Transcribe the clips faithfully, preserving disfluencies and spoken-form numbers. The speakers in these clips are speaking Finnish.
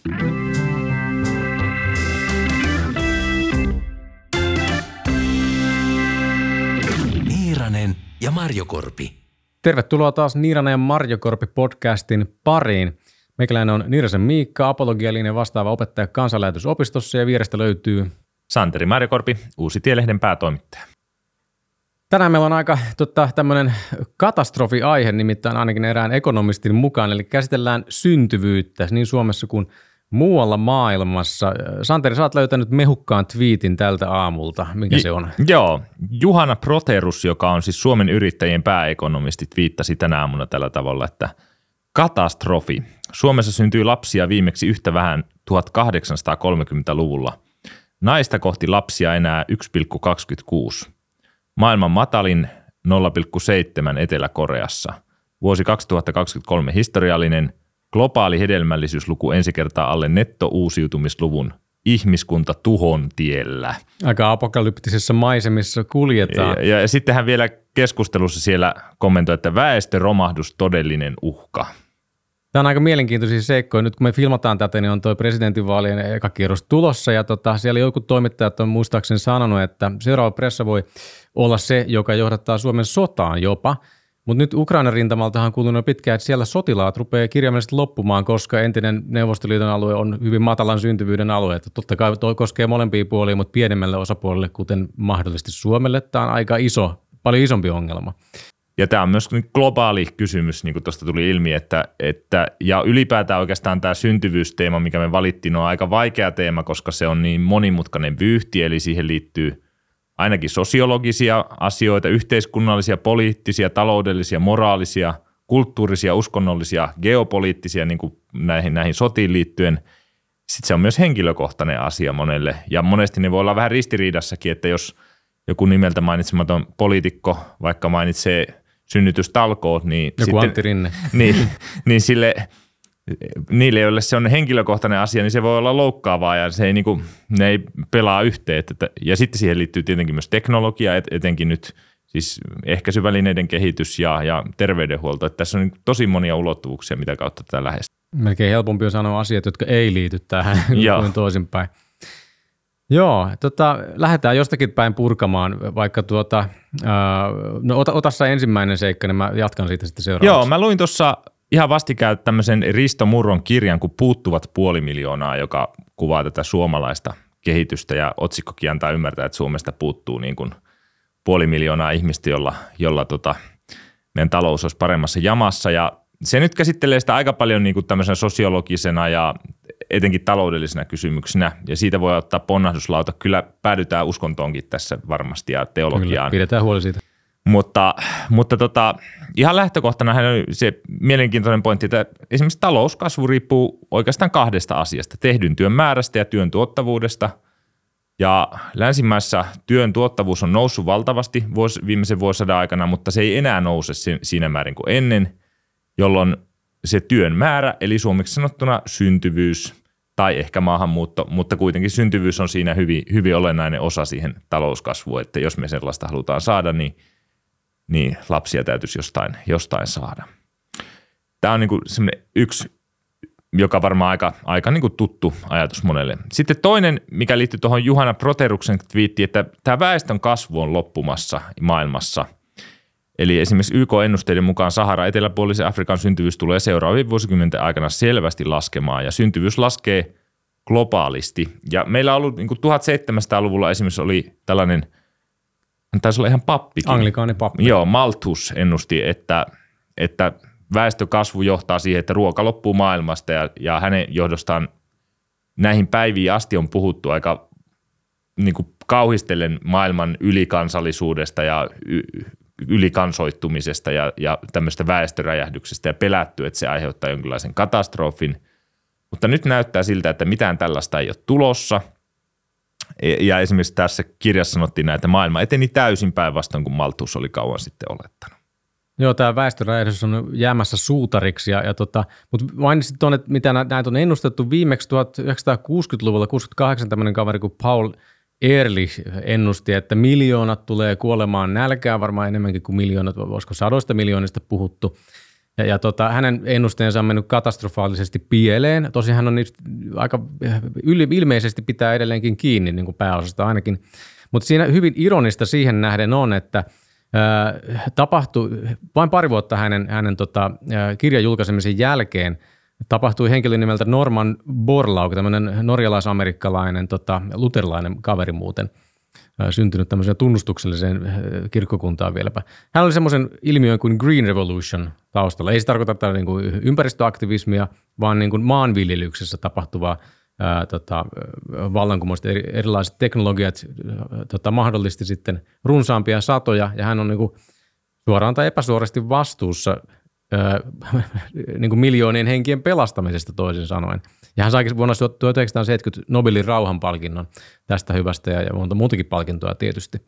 Niiranen ja Marjokorpi. Tervetuloa taas Niiranen ja Marjokorpi podcastin pariin. Meikäläinen on Niirasen Miikka, apologialinjan vastaava opettaja kansanlähetysopistossa ja vierestä löytyy Santeri Marjokorpi, Uusi Tielehden päätoimittaja. Tänään meillä on aika tota, tämmöinen katastrofiaihe, nimittäin ainakin erään ekonomistin mukaan, eli käsitellään syntyvyyttä niin Suomessa kuin muualla maailmassa. Santeri, sä oot löytänyt mehukkaan twiitin tältä aamulta. Mikä J- se on? Joo, Juhana Proterus, joka on siis Suomen yrittäjien pääekonomisti, twiittasi tänä aamuna tällä tavalla, että katastrofi. Suomessa syntyi lapsia viimeksi yhtä vähän tuhatkahdeksansataakolmekymmentäluvulla. Naista kohti lapsia enää yksi pilkku kaksikymmentäkuusi. Maailman matalin nolla pilkku seitsemän Etelä-Koreassa. Vuosi kaksituhattakaksikymmentäkolme historiallinen. Globaali hedelmällisyysluku ensi kertaa alle nettouusiutumisluvun. Ihmiskunta tuhon tiellä. Aika apokalyptisissa maisemissa kuljetaan. Ja, ja, ja sitten hän vielä keskustelussa siellä kommentoi, että väestöromahdus todellinen uhka. Tämä on aika mielenkiintoisia seikkoja. Nyt kun me filmataan tätä, niin on tuo presidentinvaalien eka kierros tulossa ja tota, siellä jotkut toimittajat on muistaakseni sanonut, että seuraava pressa voi olla se, joka johdattaa Suomen sotaan jopa. Mutta nyt Ukrainan rintamaltahan on kuulunut pitkään, että siellä sotilaat rupeaa kirjaimellisesti loppumaan, koska entinen Neuvostoliiton alue on hyvin matalan syntyvyyden alue. Että totta kai toi koskee molempia puolia, mutta pienemmälle osapuolelle, kuten mahdollisesti Suomelle, tämä on aika iso, paljon isompi ongelma. Ja tämä on myös globaali kysymys, niin kuin tuosta tuli ilmi, että, että ja ylipäätään oikeastaan tämä syntyvyysteema, mikä me valittiin, on aika vaikea teema, koska se on niin monimutkainen vyyhti, eli siihen liittyy ainakin sosiologisia asioita, yhteiskunnallisia, poliittisia, taloudellisia, moraalisia, kulttuurisia, uskonnollisia, geopoliittisia niin kuin näihin, näihin sotiin liittyen. Sitten se on myös henkilökohtainen asia monelle ja monesti ne voi olla vähän ristiriidassakin, että jos joku nimeltä mainitsematon poliitikko vaikka mainitsee synnytystalkoot, niin joku sitten, Antti Rinne. Niin, niin sille, niille, joille se on henkilökohtainen asia, niin se voi olla loukkaavaa ja se ei, niin kuin, ne ei pelaa yhteen. Että, ja sitten siihen liittyy tietenkin myös teknologia, et, etenkin nyt siis ehkäisyvälineiden kehitys ja, ja terveydenhuolto. Että tässä on tosi monia ulottuvuuksia, mitä kautta tätä lähestyy. Melkein helpompi on sanoa asiat, jotka ei liity tähän kuin toisinpäin. Joo, tota, lähdetään jostakin päin purkamaan, vaikka tuota, äh, no ota, ota sä ensimmäinen seikka, niin mä jatkan siitä sitten seuraavaksi. Joo, mä luin tuossa ihan vastikään tämmöisen Risto Murron kirjan, kun puuttuvat puoli miljoonaa, joka kuvaa tätä suomalaista kehitystä ja otsikkokin antaa ymmärtää, että Suomesta puuttuu niin kuin puoli miljoonaa ihmistä, jolla, jolla tota, meidän talous olisi paremmassa jamassa ja se nyt käsittelee sitä aika paljon niin kuin tämmöisenä sosiologisena ja etenkin taloudellisena kysymyksenä, ja siitä voi ottaa ponnahduslauta. Kyllä päädytään uskontoonkin tässä varmasti ja teologiaan. Kyllä, pidetään huoli siitä. Mutta, mutta tota, ihan lähtökohtana on se mielenkiintoinen pointti, että esimerkiksi talouskasvu riippuu oikeastaan kahdesta asiasta, tehdyn työn määrästä ja työn tuottavuudesta. Ja länsimaissa työn tuottavuus on noussut valtavasti vuos, viimeisen vuosisadan aikana, mutta se ei enää nouse siinä määrin kuin ennen, jolloin se työn määrä, eli suomeksi sanottuna syntyvyys tai ehkä maahanmuutto, mutta kuitenkin syntyvyys on siinä hyvin, hyvin olennainen osa siihen talouskasvuun, että jos me sellaista halutaan saada, niin, niin lapsia täytyisi jostain, jostain saada. Tämä on niin kuin semmoinen yksi, joka varmaan aika, aika niin kuin tuttu ajatus monelle. Sitten toinen, mikä liittyy tuohon Juhana Proteruksen twiittiin, että tämä väestön kasvu on loppumassa maailmassa. Eli esimerkiksi Y K-ennusteiden mukaan Sahara eteläpuolisen Afrikan syntyvyys tulee seuraavien vuosikymmenten aikana selvästi laskemaan ja syntyvyys laskee globaalisti. Ja meillä on ollut niin kuin tuhatseitsemänsataaluvulla esimerkiksi oli tällainen, taisi olla ihan pappikin. Anglikainen pappi. Joo, Malthus ennusti, että, että väestökasvu johtaa siihen, että ruoka loppuu maailmasta ja, ja hänen johdostaan näihin päiviin asti on puhuttu aika niin kuin kauhistellen maailman ylikansallisuudesta ja y- ylikansoittumisesta ja, ja tämmöistä väestöräjähdyksestä ja pelätty, että se aiheuttaa jonkinlaisen katastrofin. Mutta nyt näyttää siltä, että mitään tällaista ei ole tulossa. Ja esimerkiksi tässä kirjassa sanottiin näin, että maailma eteni täysin päinvastoin kuin Malthus oli kauan sitten olettanut. Joo, tämä väestöräjähdys on jäämässä suutariksi, ja, ja tota, mutta mainitsit tuonne, että mitä näitä on ennustettu viimeksi tuhatyhdeksänsataakuusikymmentäluvulla, kuusikymmentäkahdeksan tämmöinen kaveri kuin Paul Ehrlich ennusti, että miljoonat tulee kuolemaan nälkään, varmaan enemmänkin kuin miljoonat, voisiko sadoista miljoonista puhuttu. Ja, ja tota, hänen ennusteensa on mennyt katastrofaalisesti pieleen. Tosin hän on niistä aika ilmeisesti pitää edelleenkin kiinni niin kuin pääosasta ainakin. Mutta siinä hyvin ironista siihen nähden on, että ää, tapahtui vain pari vuotta hänen, hänen tota, ää, kirjan julkaisemisen jälkeen tapahtui henkilö nimeltä Norman Borlaug, tämmöinen norjalais-amerikkalainen tota, luterilainen kaveri muuten, syntynyt tämmöiseen tunnustukselliseen kirkkokuntaan vieläpä. Hän oli semmoisen ilmiön kuin Green Revolution taustalla. Ei se tarkoita tätä niin kuin ympäristöaktivismia, vaan niin kuin maanviljelyksessä tapahtuvaa ää, tota, vallankumousta. Erilaiset teknologiat tota, mahdollisti sitten runsaampia satoja, ja hän on niin kuin suoraan tai epäsuorasti vastuussa ää, niin kuin miljoonien henkien pelastamisesta toisin sanoen. Ja hän saikin vuonna tuhatyhdeksänsataaseitsemänkymmentä Nobelin rauhanpalkinnon tästä hyvästä ja monta muutakin palkintoa tietysti.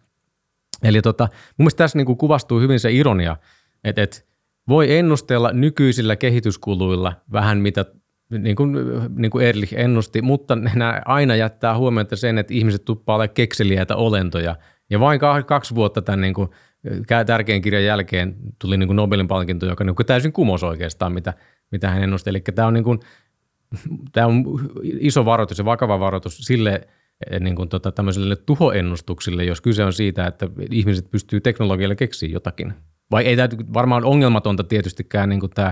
Eli tota, mun mielestä tässä niin kuin kuvastuu hyvin se ironia, että, että voi ennustella nykyisillä kehityskuluilla vähän mitä niin kuin, niin kuin Ehrlich ennusti, mutta nämä aina jättää huomiota sen, että ihmiset tuppaa olemaan kekseliäitä olentoja. Ja vain kaksi vuotta tämän niin kuin tärkeän kirjan jälkeen tuli niin kuin Nobelin palkinto, joka niin kuin täysin kumosi oikeastaan, mitä, mitä hän ennusti. Eli tämä on niin kuin Tämä on iso varoitus ja vakava varoitus sille niin kuin tota, tämmöisille tuhoennustuksille, jos kyse on siitä, että ihmiset pystyy teknologialla keksiä jotakin. Vai ei tämä varmaan ongelmatonta tietystikään niin kuin tämä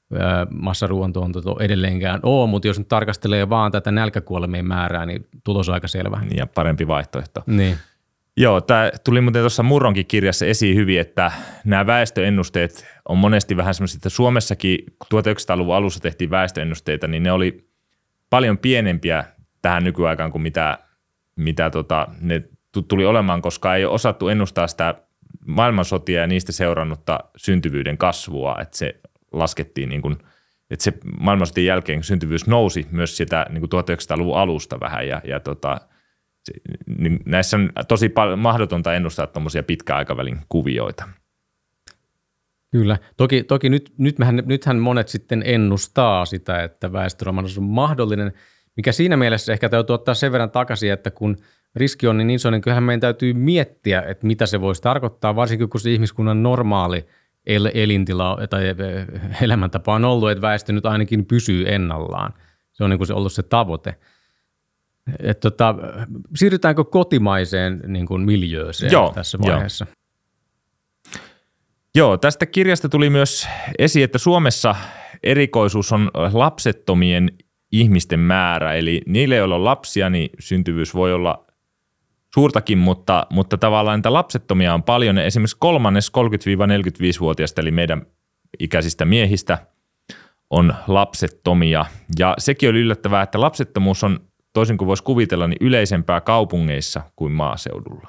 massaruoantuotanto edelleenkään ole, mutta jos nyt tarkastelee vaan tätä nälkäkuolemien määrää, niin tulos on aika selvä. Ja parempi vaihtoehto. Niin. Joo, tämä tuli muuten tuossa Murronkin kirjassa esiin hyvin, että nämä väestöennusteet on monesti vähän semmoisia, että Suomessakin tuhatyhdeksänsataaluvun alussa tehtiin väestöennusteita, niin ne oli paljon pienempiä tähän nykyaikaan kuin mitä, mitä tota, ne tuli olemaan, koska ei ole osattu ennustaa sitä maailmansotia ja niistä seurannutta syntyvyyden kasvua, että se laskettiin niin kuin, että se maailmansotien jälkeen syntyvyys nousi myös sitä niin kuin tuhatyhdeksänsataaluvun alusta vähän ja, ja tota, niin näissä on tosi paljon mahdotonta ennustaa tuommoisia pitkän aikavälin kuvioita. Kyllä. Toki, toki nyt, nyt mehän, nythän monet sitten ennustaa sitä, että väestöromahdus on mahdollinen, mikä siinä mielessä ehkä täytyy ottaa sen verran takaisin, että kun riski on niin iso, niin kyllähän meidän täytyy miettiä, että mitä se voisi tarkoittaa, varsinkin kun se ihmiskunnan normaali el- elintila tai elämäntapa on ollut, että väestö nyt ainakin pysyy ennallaan. Se on niin kuin se ollut se tavoite. Et tota, siirrytäänkö kotimaiseen niin kuin miljööseen Joo, tässä vaiheessa? Jo. Joo, tästä kirjasta tuli myös esiin, että Suomessa erikoisuus on lapsettomien ihmisten määrä. Eli niille, joilla on lapsia, niin syntyvyys voi olla suurtakin, mutta, mutta tavallaan niitä lapsettomia on paljon. Esimerkiksi kolmannes kolmekymmentä–neljäkymmentäviisivuotiaista, eli meidän ikäisistä miehistä, on lapsettomia. Ja sekin oli yllättävää, että lapsettomuus on toisin kuin voisi kuvitella, niin yleisempää kaupungeissa kuin maaseudulla.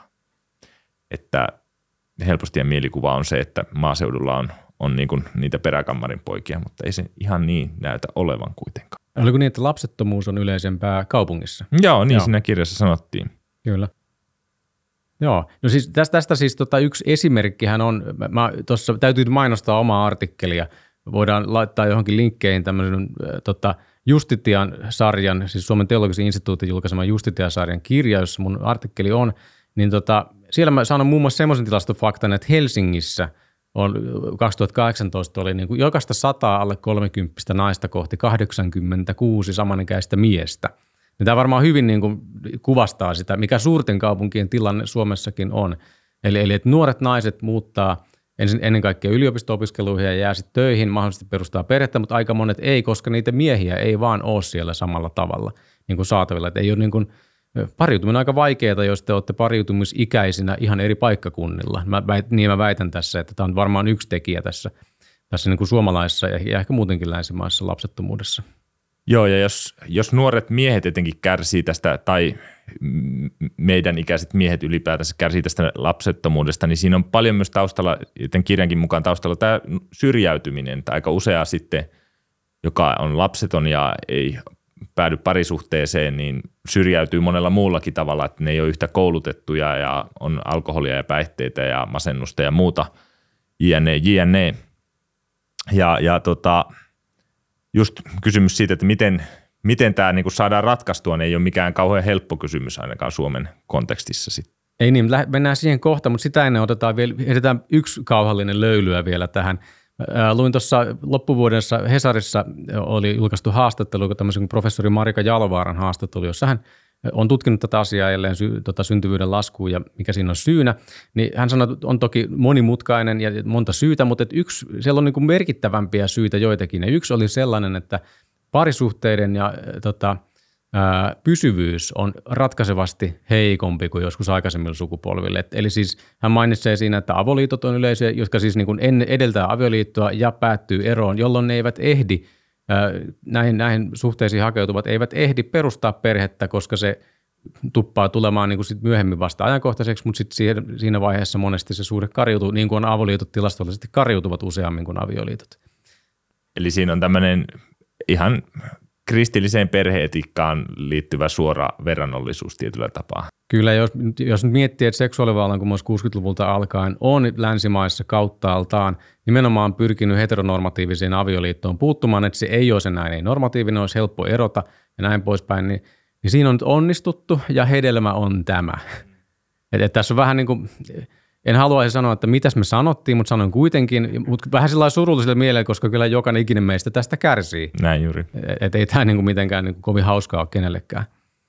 Että helposti mielikuva on se, että maaseudulla on, on niin kuin niitä peräkammarin poikia, mutta ei se ihan niin näytä olevan kuitenkaan. Oliko niin, että lapsettomuus on yleisempää kaupungissa? Joo, niin Joo. siinä kirjassa sanottiin. Kyllä. Joo, no siis tästä, tästä siis tota yksi esimerkkihän on, mä tuossa täytyy mainostaa omaa artikkelia, voidaan laittaa johonkin linkkeihin tämmöisen äh, tota, Justitian sarjan, siis Suomen teologisen instituutin julkaiseman Justitian-sarjan kirja, jossa mun artikkeli on, niin tota, siellä mä sanon muun muassa semmoisen tilastofaktan, että Helsingissä on kaksituhattakahdeksantoista oli niin kuin jokaista sataa alle kolmekymppistä naista kohti kahdeksankymmentäkuusi samanikäistä miestä. Ja tämä varmaan hyvin niin kuin kuvastaa sitä, mikä suurten kaupunkien tilanne Suomessakin on. Eli, eli että nuoret naiset muuttaa ensin, ennen kaikkea yliopisto-opiskeluihin ja jää sitten töihin, mahdollisesti perustaa perhettä, mutta aika monet ei, koska niitä miehiä ei vaan ole siellä samalla tavalla niin kuin saatavilla. Että ei ole niin kuin, pariutuminen on aika vaikeaa, jos te olette pariutumisikäisinä ihan eri paikkakunnilla. Mä väit, niin mä väitän tässä, että tämä on varmaan yksi tekijä tässä, tässä niin kuin suomalaisessa ja ehkä muutenkin länsimaisessa lapsettomuudessa. Joo, ja jos, jos nuoret miehet etenkin kärsii tästä, tai meidän ikäiset miehet ylipäätänsä kärsii tästä lapsettomuudesta, niin siinä on paljon myös taustalla, joten kirjankin mukaan taustalla tämä syrjäytyminen, tai aika usea sitten, joka on lapseton ja ei päädy parisuhteeseen, niin syrjäytyy monella muullakin tavalla, että ne ei ole yhtä koulutettuja ja on alkoholia ja päihteitä ja masennusta ja muuta, jne, jne. Ja, ja tota, just kysymys siitä, että miten, miten tämä niin kuin saadaan ratkaistua, niin ei ole mikään kauhean helppo kysymys ainakaan Suomen kontekstissa sitten. Ei niin, mennään siihen kohta, mutta sitä ennen otetaan vielä, edetään yksi kauhallinen löylyä vielä tähän. Luin tuossa loppuvuodessa Hesarissa oli julkaistu haastattelu, tämmöisen professori Marika Jalovaaran haastattelu, jossa hän on tutkinut tätä asiaa jälleen sy- tota syntyvyyden laskuun ja mikä siinä on syynä. Niin hän sanoi, että on toki monimutkainen ja monta syytä, mutta että yksi, siellä on niin kuin merkittävämpiä syitä joitakin. Ja yksi oli sellainen, että parisuhteiden ja tota, ää, pysyvyys on ratkaisevasti heikompi kuin joskus aikaisemmilla sukupolvilla. Et, eli siis hän mainitsee siinä, että avoliitot on yleisiä, jotka siis niin kuin ennen, edeltää avioliittoa ja päättyy eroon, jolloin ne eivät ehdi, ää, näihin, näihin suhteisiin hakeutuvat, eivät ehdi perustaa perhettä, koska se tuppaa tulemaan niin kuin sit myöhemmin vasta ajankohtaiseksi, mutta sitten siinä vaiheessa monesti se suhde kariutuu, niin kuin avoliitot tilastollisesti kariutuvat useammin kuin avioliitot. Eli siinä on tämmöinen ihan kristilliseen perhe-etiikkaan liittyvä suora verrannollisuus tietyllä tapaa. Kyllä, jos, jos miettii, että seksuaalivallankumous kuusikymmentäluvulta alkaen on länsimaissa kauttaaltaan nimenomaan pyrkinyt heteronormatiiviseen avioliittoon puuttumaan, että se ei ole se näin, ei normatiivinen, olisi helppo erota ja näin poispäin, niin, niin siinä on nyt onnistuttu ja hedelmä on tämä. Että et tässä on vähän niin kuin, en haluaisi sanoa, että mitäs me sanottiin, mutta sanon kuitenkin, mutta vähän sillä surullisella mielellä, koska kyllä jokainen ikinen meistä tästä kärsii. Näin juuri. Että ei tämä niin kuin mitenkään niin kuin kovin hauskaa ole kenellekään.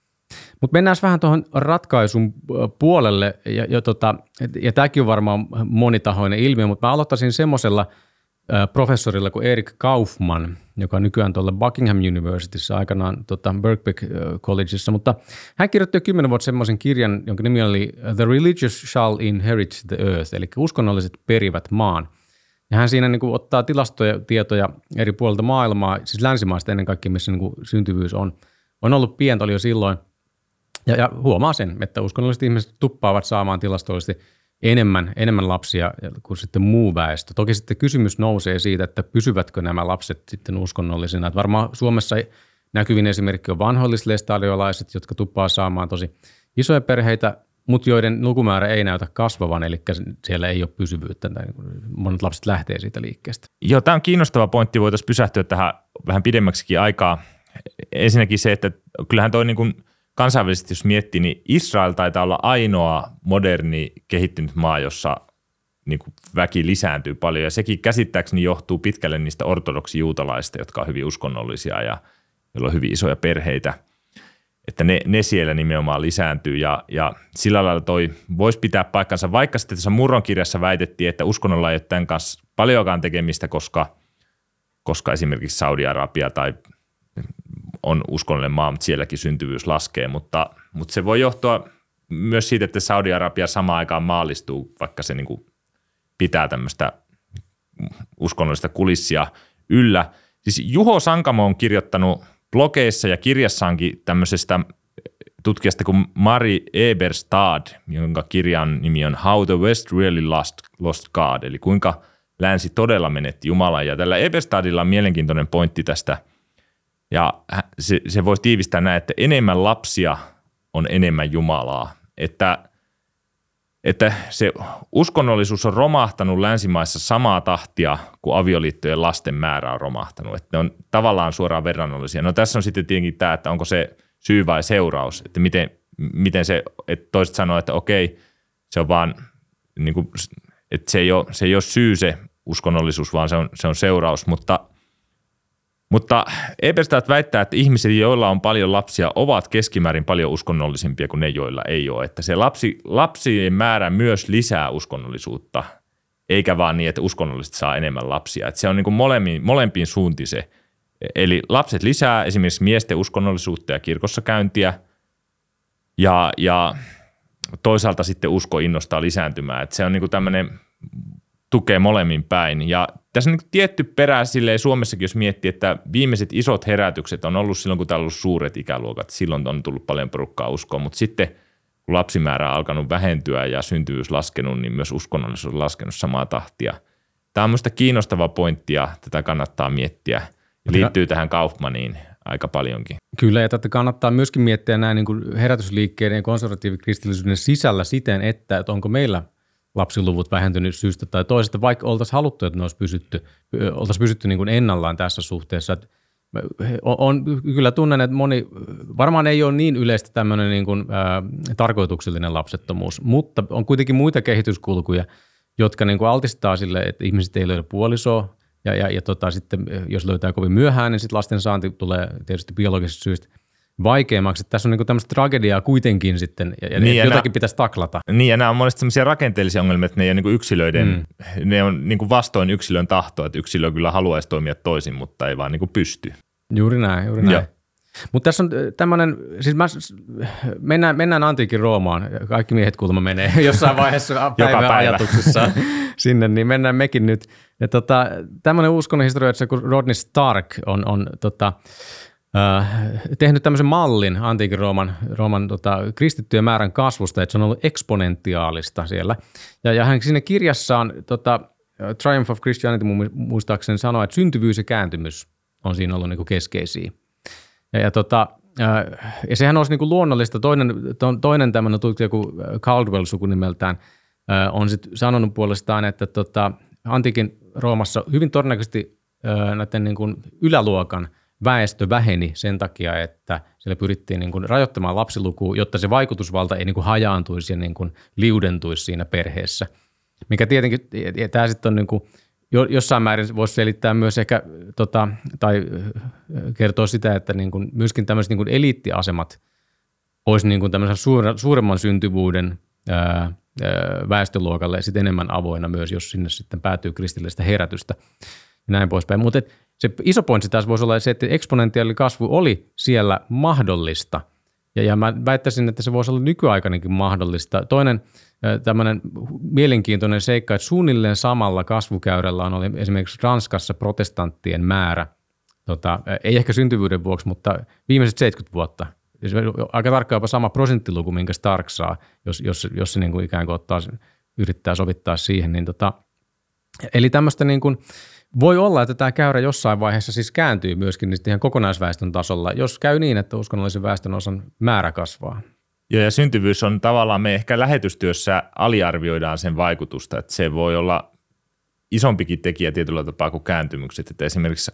Mutta mennään vähän tuohon ratkaisun puolelle, ja, ja, tota, ja tämäkin on varmaan monitahoinen ilmiö, mutta mä aloittaisin semmoisella äh, professorilla kuin Erik Kaufman, joka on nykyään tuolla Buckingham Universityssä, aikanaan tota, Birkbeck Collegeissa, mutta hän kirjoitti jo kymmenen vuotta semmoisen kirjan, jonka nimi oli The Religious Shall Inherit the Earth, eli uskonnolliset perivät maan. Ja hän siinä niin kuin ottaa tilastoja, tietoja eri puolilta maailmaa, siis länsimaista ennen kaikkea, missä niin kuin syntyvyys on, on ollut pientä, oli jo silloin. Ja, ja huomaa sen, että uskonnolliset ihmiset tuppaavat saamaan tilastollisesti enemmän, enemmän lapsia kuin sitten muu väestö. Toki sitten kysymys nousee siitä, että pysyvätkö nämä lapset sitten uskonnollisina. Että varmaan Suomessa näkyvin esimerkki on vanhoillislestadiolaiset, jotka tuppaa saamaan tosi isoja perheitä, mutta joiden lukumäärä ei näytä kasvavan, eli siellä ei ole pysyvyyttä. Monet lapset lähtee siitä liikkeestä. Joo, tämä on kiinnostava pointti. Voitaisiin pysähtyä tähän vähän pidemmäksikin aikaa. Ensinnäkin se, että kyllähän toi niin kuin kansainvälisesti, jos miettii, niin Israel taitaa olla ainoa moderni kehittynyt maa, jossa niin kuin väki lisääntyy paljon. Ja sekin käsittääkseni johtuu pitkälle niistä ortodoksijuutalaisista, jotka on hyvin uskonnollisia ja joilla on hyvin isoja perheitä. Että ne, ne siellä nimenomaan lisääntyy ja, ja sillä lailla toi voisi pitää paikkansa. Vaikka sitten tässä Murron kirjassa väitettiin, että uskonnolla ei ole tämän kanssa paljonkaan tekemistä, koska, koska esimerkiksi Saudi-Arabia tai on uskonnollinen maa, mutta sielläkin syntyvyys laskee, mutta, mutta se voi johtua myös siitä, että Saudi-Arabia samaan aikaan maallistuu, vaikka se niin kuin pitää tämmöistä uskonnollista kulissia yllä. Siis Juho Sankamo on kirjoittanut blogeissa ja kirjassaankin tämmöisestä tutkijasta kuin Mari Eberstad, jonka kirjan nimi on How the West Really Lost, Lost God, eli kuinka länsi todella menetti Jumalan. Ja tällä Eberstadilla on mielenkiintoinen pointti tästä. Ja se, se voisi tiivistää näin, että enemmän lapsia on enemmän Jumalaa. Että, että se uskonnollisuus on romahtanut länsimaissa samaa tahtia kuin avioliittojen lasten määrä on romahtanut. Että ne on tavallaan suoraan verrannollisia. No tässä on sitten tietenkin tämä, että onko se syy vai seuraus. Että miten, miten se, että toiset sanoo, että okei, se on vaan, niin kuin, että se ei ole, se ei ole syy se uskonnollisuus, vaan se on, se on seuraus, mutta Mutta Eberstad väittää, että ihmiset, joilla on paljon lapsia, ovat keskimäärin paljon uskonnollisimpia kuin ne, joilla ei ole. Että se lapsi, lapsien määrä myös lisää uskonnollisuutta, eikä vaan niin, että uskonnolliset saa enemmän lapsia. Että se on niin kuin molempiin, molempiin suuntiin se. Eli lapset lisää esimerkiksi miesten uskonnollisuutta ja kirkossa käyntiä, ja, ja toisaalta sitten usko innostaa lisääntymään. Että se on niin kuin tämmöinen tukee molemmin päin. Ja tässä on niin tietty perä silleen Suomessakin, jos miettii, että viimeiset isot herätykset on ollut silloin, kun täällä on ollut suuret ikäluokat. Silloin on tullut paljon porukkaa uskoon, mutta sitten kun lapsimäärä on alkanut vähentyä ja syntyvyys laskenut, niin myös uskonnollisuus on laskenut samaa tahtia. Tämä on minusta kiinnostava pointti ja tätä kannattaa miettiä. Ja liittyy tähän Kaufmaniin aika paljonkin. Kyllä, ja tätä kannattaa myöskin miettiä näin niin kuin herätysliikkeiden ja konservatiivikristillisyyden sisällä siten, että, että onko meillä lapsiluvut vähentynyt syystä tai toisesta, vaikka oltaisiin haluttu, että ne olisi pysytty, oltaisiin pysytty niin kuin ennallaan tässä suhteessa. On, on, kyllä tunnen, että moni, varmaan ei ole niin yleistä tämmöinen niin kuin, ää, tarkoituksellinen lapsettomuus, mutta on kuitenkin muita kehityskulkuja, jotka niin kuin altistaa sille, että ihmiset ei löydä puolisoa, Ja, ja, ja tota, sitten, jos löytää kovin myöhään, niin sitten lasten saanti tulee tietysti biologisista syistä vaikeammaksi. Että tässä on niinku tämmöistä tragediaa kuitenkin sitten, ja, niin, ja jotakin nää, pitäisi taklata. Niin, ja nämä on monesti sellaisia rakenteellisia ongelmia, että ne ei ole niinku yksilöiden, mm. ne on niinku vastoin yksilön tahtoa, että yksilö kyllä haluaisi toimia toisin, mutta ei vaan niinku pysty. Juuri näin, juuri näin. Mutta tässä on tämmöinen, siis mä, mennään, mennään antiikin Roomaan, kaikki miehet kuulemma menee jossain vaiheessa päivän ajatuksessa sinne, niin mennään mekin nyt. Ja tota, tämmöinen uskonnonhistorioitsija kuin Rodney Stark on, on tota, äh, tehnyt tämmöisen mallin antiikin Rooman, Rooman tota, kristittyjen määrän kasvusta, että se on ollut eksponentiaalista siellä. Ja, ja hän siinä kirjassaan tota, Triumph of Christianity muistaakseni sanoi, että syntyvyys ja kääntymys on siinä ollut niinku keskeisiä. Ja, ja, tota, ja sehän olisi niinku luonnollista. Toinen, to, toinen tämmöinen tutkija kuin Caldwell sukunimeltään on sitten sanonut puolestaan, että tota, antiikin Roomassa hyvin todennäköisesti näiden niinku yläluokan väestö väheni sen takia, että siellä pyrittiin niinku rajoittamaan lapsilukua, jotta se vaikutusvalta ei niinku hajaantuisi ja niinku liudentuisi siinä perheessä. Mikä tietenkin, ja tämä sitten on niinku jossain määrin voisi selittää myös ehkä, tota, tai kertoa sitä, että niin kuin myöskin tämmöiset niin kuin eliittiasemat olisi niin kuin tämmöisen suuremman syntyvyyden ää, väestöluokalle sitten enemmän avoinna myös, jos sinne sitten päätyy kristillistä herätystä ja näin poispäin. Mutta se iso pointti tässä voisi olla se, että eksponentiaalinen kasvu oli siellä mahdollista. Ja, ja mä väittäisin, että se voisi olla nykyaikainenkin mahdollista. Toinen tämmöinen mielenkiintoinen seikka, että suunnilleen samalla kasvukäyrällä on oli esimerkiksi Ranskassa protestanttien määrä, tota, ei ehkä syntyvyyden vuoksi, mutta viimeiset seitsemänkymmentä vuotta. Se on aika tarkkaan jopa sama prosenttiluku, minkä Stark saa, jos, jos, jos se niin kuin ikään kuin ottaa, yrittää sovittaa siihen. Niin tota, eli tämmöistä niin kuin, voi olla, että tämä käyrä jossain vaiheessa siis kääntyy myöskin ihan kokonaisväestön tasolla, jos käy niin, että uskonnollisen väestön osan määrä kasvaa. Joo, ja syntyvyys on tavallaan, me ehkä lähetystyössä aliarvioidaan sen vaikutusta, että se voi olla isompikin tekijä tietyllä tapaa kuin kääntymykset, että esimerkiksi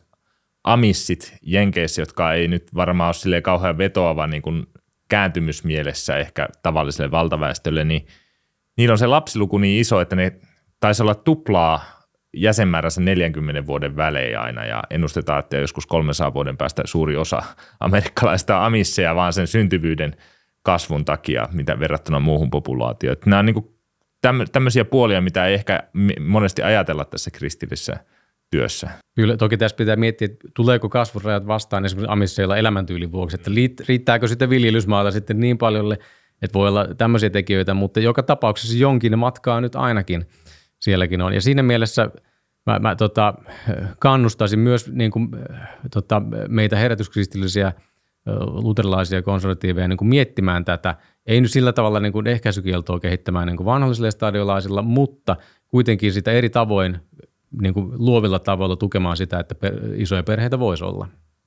amissit Jenkeissä, jotka ei nyt varmaan ole silleen kauhean vetoava niin kuin kääntymysmielessä ehkä tavalliselle valtaväestölle, niin niillä on se lapsiluku niin iso, että ne taisi olla tuplaa jäsenmääränsä neljänkymmenen vuoden välein aina, ja ennustetaan, että joskus kolmensadan vuoden päästä suuri osa amerikkalaista amisseja vaan sen syntyvyyden kasvun takia, mitä verrattuna muuhun populaatioon. Nämä on niin kuin tämmöisiä puolia, mitä ei ehkä monesti ajatella tässä kristillisessä työssä. Kyllä, toki tässä pitää miettiä, että tuleeko kasvurajat vastaan esimerkiksi amisseilla elämäntyylin vuoksi, että riittääkö sitten viljelysmaata sitten niin paljolle, että voi olla tämmöisiä tekijöitä, mutta joka tapauksessa jonkin matkaa nyt ainakin sielläkin on. Ja siinä mielessä mä, mä tota, kannustaisin myös niin kuin, tota, meitä herätyskristillisiä luterilaisia konservatiiveja niin kuin miettimään tätä, ei nyt sillä tavalla niin kuin ehkäisykieltoa kehittämään niin kuin vanhollisilla stadiolaisilla, mutta kuitenkin sitä eri tavoin, niin kuin luovilla tavoilla tukemaan sitä, että per, isoja perheitä voisi olla.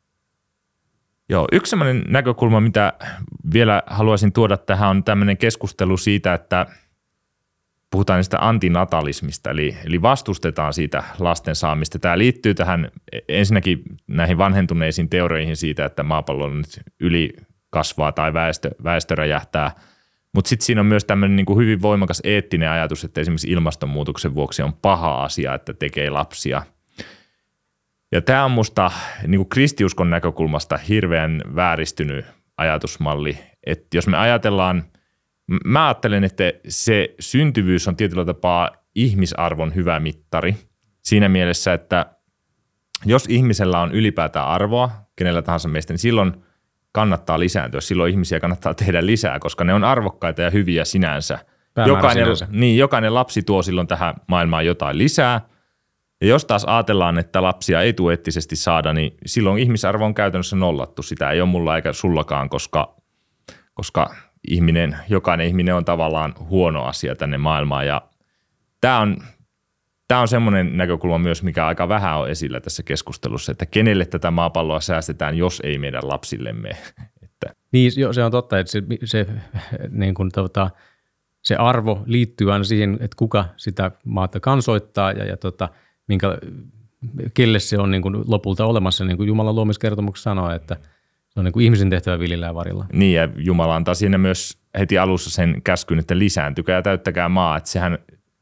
Joo, yksi sellainen näkökulma, mitä vielä haluaisin tuoda tähän, on tämmöinen keskustelu siitä, että puhutaan niistä antinatalismista, eli, eli vastustetaan siitä lasten saamista. Tämä liittyy tähän ensinnäkin näihin vanhentuneisiin teorioihin siitä, että maapallo nyt yli kasvaa tai väestö, väestö räjähtää. Mutta sitten siinä on myös tämmöinen niin kuin hyvin voimakas eettinen ajatus, että esimerkiksi ilmastonmuutoksen vuoksi on paha asia, että tekee lapsia. Ja tämä on musta niin kuin kristiuskon näkökulmasta hirveän vääristynyt ajatusmalli, että jos me ajatellaan, mä ajattelen, että se syntyvyys on tietyllä tapaa ihmisarvon hyvä mittari siinä mielessä, että jos ihmisellä on ylipäätään arvoa, kenellä tahansa meistä, niin silloin kannattaa lisääntyä. Silloin ihmisiä kannattaa tehdä lisää, koska ne on arvokkaita ja hyviä sinänsä. Jokainen, sinänsä. Niin, jokainen lapsi tuo silloin tähän maailmaan jotain lisää. Ja jos taas ajatellaan, että lapsia ei tule eettisesti saada, niin silloin ihmisarvo on käytännössä nollattu. Sitä ei ole mulla eikä sullakaan, koska, koska ihminen, jokainen ihminen on tavallaan huono asia tänne maailmaan. Ja tämä on, tämä on semmoinen näkökulma myös, mikä aika vähän on esillä tässä keskustelussa, että kenelle tätä maapalloa säästetään, jos ei meidän lapsillemme. Että. Niin, se on totta, että se, se, niin kuin, tota, se arvo liittyy aina siihen, että kuka sitä maata kansoittaa ja, ja tota, minkä, kelle se on niin kuin lopulta olemassa, niin kuin Jumalan luomiskertomuksessa sanoo, että se on niin kuin ihmisen tehtävä viljellä ja varilla. Niin, ja Jumala antaa siinä myös heti alussa sen käskyn, että lisääntykää ja täyttäkää maa, että sehän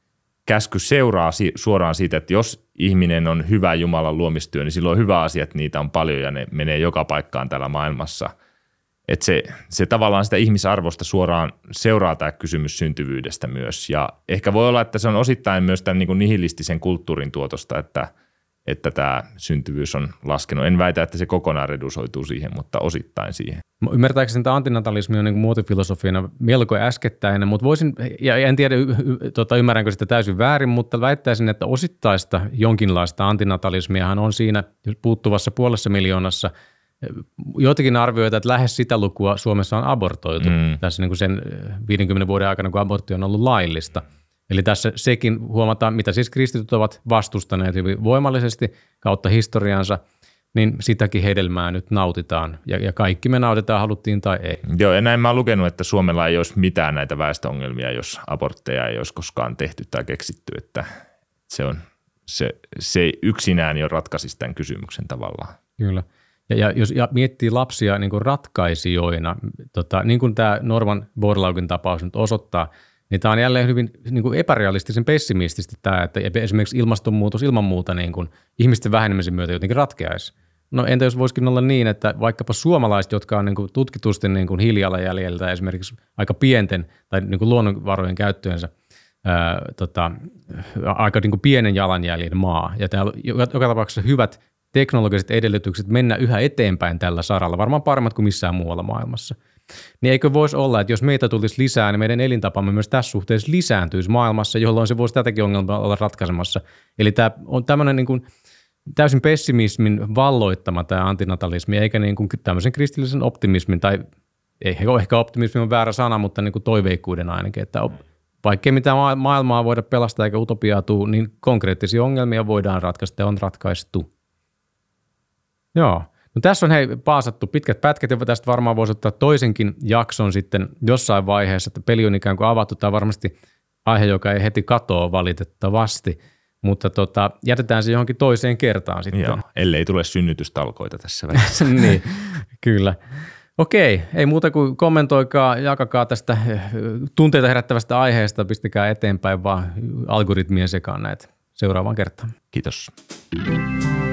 käsky seuraa suoraan siitä, että jos ihminen on hyvä Jumalan luomistyö, niin silloin on hyvä asia, että niitä on paljon ja ne menee joka paikkaan täällä maailmassa. Että se, se tavallaan sitä ihmisarvosta suoraan seuraa tämä kysymys syntyvyydestä myös. Ja ehkä voi olla, että se on osittain myös tämän niin kuin nihilistisen kulttuurin tuotosta, että, että tämä syntyvyys on laskenut. En väitä, että se kokonaan redusoituu siihen, mutta osittain siihen. Ymmärtääkseni tämä antinatalismi on niin kuin muotifilosofiana melko äskettäinen, mutta voisin, ja en tiedä y- y- tota, ymmärränkö sitä täysin väärin, mutta väittäisin, että osittaista jonkinlaista antinatalismiahan on siinä puuttuvassa puolessa miljoonassa. Joitakin arvioita, että lähes sitä lukua Suomessa on abortoitu mm. tässä niin kuin sen viidenkymmenen vuoden aikana, kun abortti on ollut laillista. Eli tässä sekin huomataan, mitä siis kristityt ovat vastustaneet hyvin voimallisesti kautta historiansa, niin sitäkin hedelmää nyt nautitaan. Ja, ja kaikki me nautitaan, haluttiin tai ei. Joo, ja näin mä oon lukenut, että Suomella ei olisi mitään näitä väestöongelmia, jos abortteja ei olisi koskaan tehty tai keksitty. Että se, on, se, se yksinään jo ratkaisisi tämän kysymyksen tavallaan. Kyllä. Ja, ja jos ja miettii lapsia niin kuin ratkaisijoina, tota, niin kuin tämä Norman Borlaugin tapaus nyt osoittaa, niin tämä on jälleen hyvin niin kuin epärealistisen pessimistisesti tämä, että esimerkiksi ilmastonmuutos ilman muuta niin kuin ihmisten vähenemisen myötä jotenkin ratkeaisi. No entä jos voisikin olla niin, että vaikkapa suomalaiset, jotka on niin kuin tutkitusti niin kuin hiilijalanjäljeltä esimerkiksi aika pienten tai niin kuin luonnonvarojen käyttöönsä, ää, tota, aika niin kuin pienen jalanjäljen maa, ja täällä joka, joka tapauksessa hyvät teknologiset edellytykset mennä yhä eteenpäin tällä saralla, varmaan paremmat kuin missään muualla maailmassa. Niin eikö voisi olla, että jos meitä tulisi lisää, niin meidän elintapamme myös tässä suhteessa lisääntyisi maailmassa, jolloin se voisi tätäkin ongelmaa olla ratkaisemassa. Eli tämä on tämmöinen niin kuin täysin pessimismin valloittama tämä antinatalismi, eikä niin kuin tämmöisen kristillisen optimismin, tai ehkä optimismi on väärä sana, mutta niin kuin toiveikkuuden ainakin, että vaikkei mitään maailmaa voida pelastaa eikä utopiaa tule, niin konkreettisia ongelmia voidaan ratkaista ja on ratkaistu. Joo. No tässä on hei paasattu pitkät pätkät, ja tästä varmaan voisi ottaa toisenkin jakson sitten jossain vaiheessa, että peli on ikään kuin avattu. Tämä on varmasti aihe, joka ei heti katoa valitettavasti, mutta tota, jätetään se johonkin toiseen kertaan sitten. Joo, ellei tule synnytystalkoita tässä välissä. Niin, kyllä. Okei, ei muuta kuin kommentoikaa, jakakaa tästä tunteita herättävästä aiheesta, pistäkää eteenpäin vaan algoritmien sekaan näitä seuraavaan kertaan. Kiitos.